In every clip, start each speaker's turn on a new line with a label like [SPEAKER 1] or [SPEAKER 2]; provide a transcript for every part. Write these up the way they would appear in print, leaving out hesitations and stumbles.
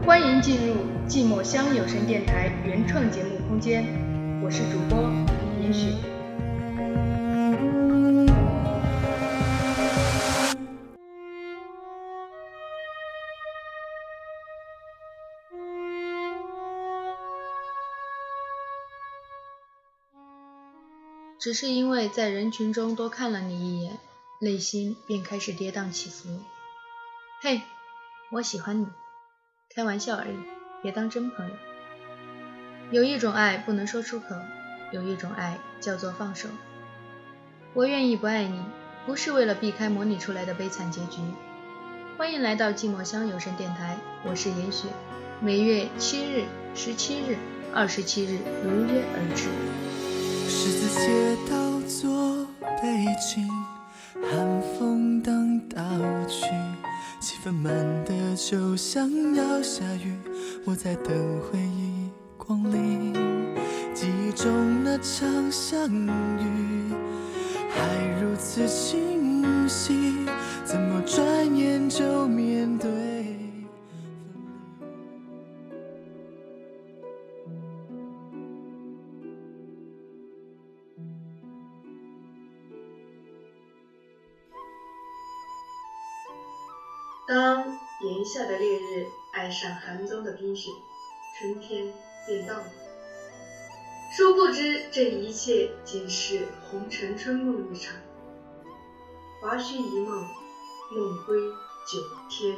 [SPEAKER 1] 欢迎进入寂寞乡有声电台原创节目空间，我是主播也许。只是因为在人群中多看了你一眼，内心便开始跌宕起伏。嘿，我喜欢你，开玩笑而已，别当真朋友。有一种爱不能说出口，有一种爱叫做放手。我愿意不爱你，不是为了避开模拟出来的悲惨结局。欢迎来到寂寞乡有声电台，我是严雪，每月7日、17日、27日如约而至。
[SPEAKER 2] 十字街道做背景，寒风当道具，气氛满的就像要下雨，我在等回忆光临，记忆中那场相遇还如此清晰，怎么转眼就面对。
[SPEAKER 1] 当炎夏的烈日爱上寒冬的冰雪，春天便到了。殊不知这一切仅是红尘春梦一场，华胥一梦，梦归9天。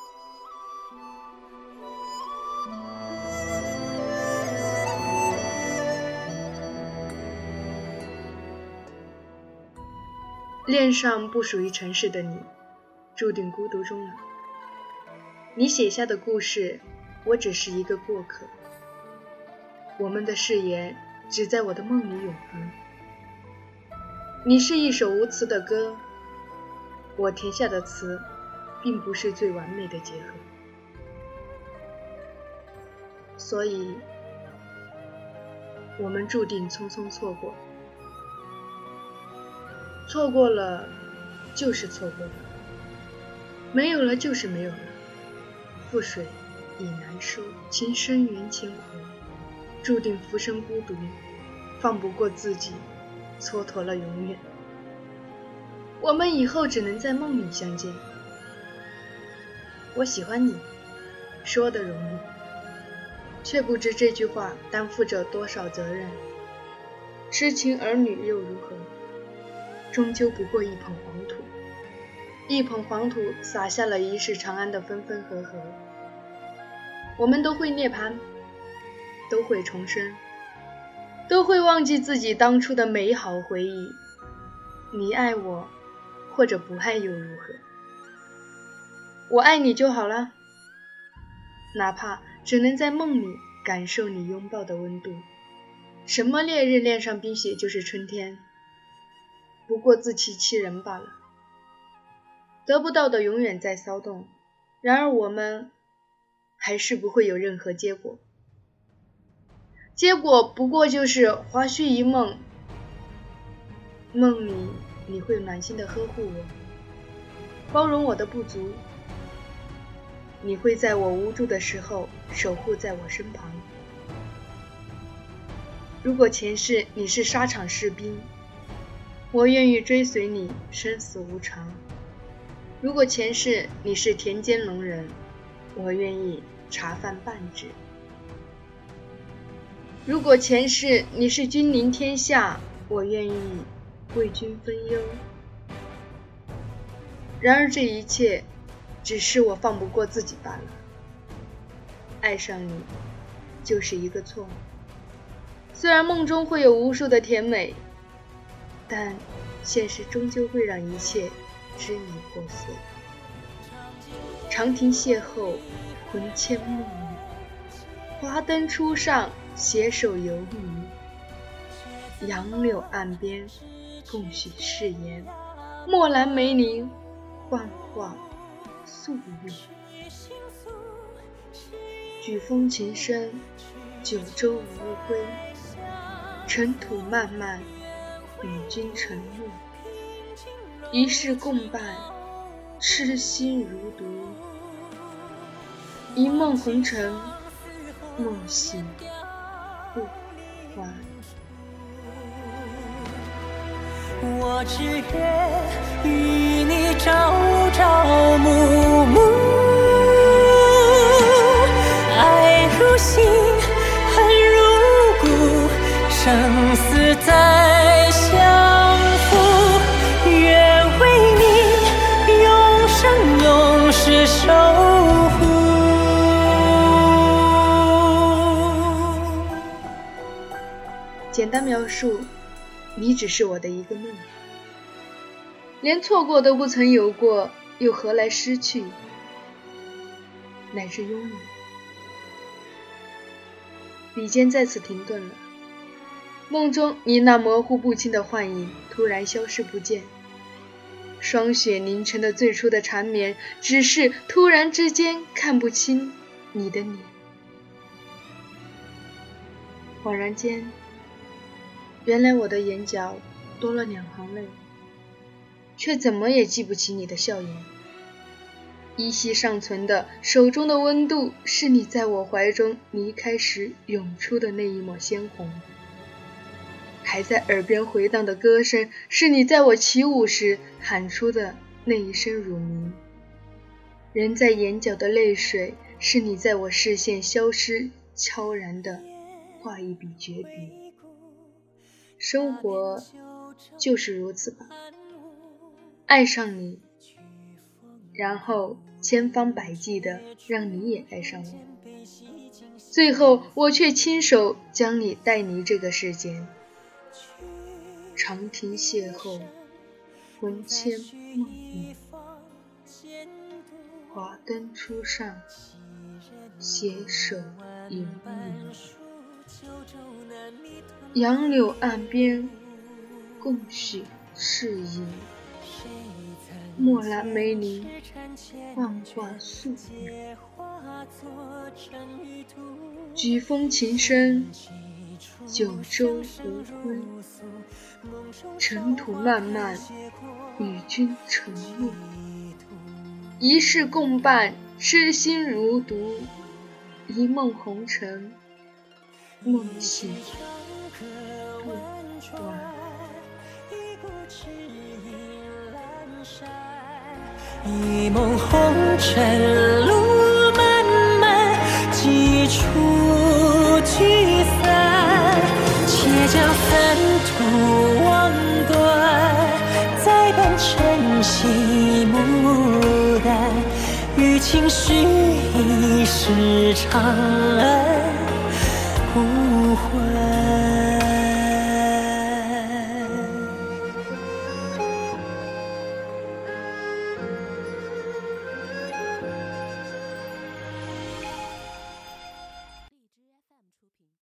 [SPEAKER 1] 恋上不属于尘世的你，注定孤独终老。你写下的故事，我只是一个过客。我们的誓言只在我的梦里永恒。你是一首无词的歌，我填下的词并不是最完美的结合，所以我们注定匆匆错过。错过了就是错过了，没有了就是没有了。覆水已难收，情深缘浅苦，注定浮生孤独，放不过自己，蹉跎了永远。我们以后只能在梦里相见。我喜欢你，说的容易，却不知这句话担负着多少责任。痴情儿女又如何，终究不过一捧黄土，一捧黄土洒下了一世长安的分分合合。我们都会涅槃，都会重生，都会忘记自己当初的美好回忆。你爱我或者不爱又如何，我爱你就好了，哪怕只能在梦里感受你拥抱的温度。什么烈日恋上冰雪就是春天，不过自欺欺人罢了。得不到的永远在骚动，然而我们还是不会有任何结果。结果不过就是华胥一梦，梦里你会暖心地呵护我，包容我的不足，你会在我无助的时候守护在我身旁。如果前世你是沙场士兵，我愿意追随你生死无常。如果前世你是田间农人，我愿意茶饭半指。如果前世你是君临天下，我愿意为君分忧。然而这一切只是我放不过自己罢了。爱上你就是一个错误，虽然梦中会有无数的甜美，但现实终究会让一切支离破碎。长亭邂逅，魂牵梦语，华灯初上，携手游历，杨柳岸边，共许誓言，墨兰梅林，幻化素月。举风情深，九州无归，尘土漫漫，与君承诺，一世共伴，痴心如毒。 一梦红尘，梦醒不还。
[SPEAKER 3] 我只愿与你朝朝暮暮，爱如星，恨如骨，生死再相负。愿为你永生永世守护。
[SPEAKER 1] 简单描述，你只是我的一个梦，连错过都不曾有过，又何来失去，乃至拥有？笔尖在此停顿了，梦中你那模糊不清的幻影突然消失不见，霜雪凝成的最初的缠绵，只是突然之间看不清你的脸。恍然间，原来我的眼角多了2行泪，却怎么也记不起你的笑颜。依稀尚存的手中的温度，是你在我怀中离开时涌出的那一抹鲜红。还在耳边回荡的歌声，是你在我起舞时喊出的那一声乳名。仍在眼角的泪水，是你在我视线消失悄然地画一笔绝笔。生活就是如此吧，爱上你，然后千方百计地让你也爱上我，最后我却亲手将你带离这个世间。长亭邂逅，魂牵梦萦，华灯初上，携手游园。杨柳岸边，共许誓言。墨兰梅林，幻化素描。举风琴声，九州无归。尘土漫漫，与君沉默。一世共伴，痴心如毒。一梦红尘，梦醒不还。
[SPEAKER 3] 一梦红尘路漫漫，几处聚散，且将三途望断，再伴晨曦牡丹，与情绪一世长安无悔。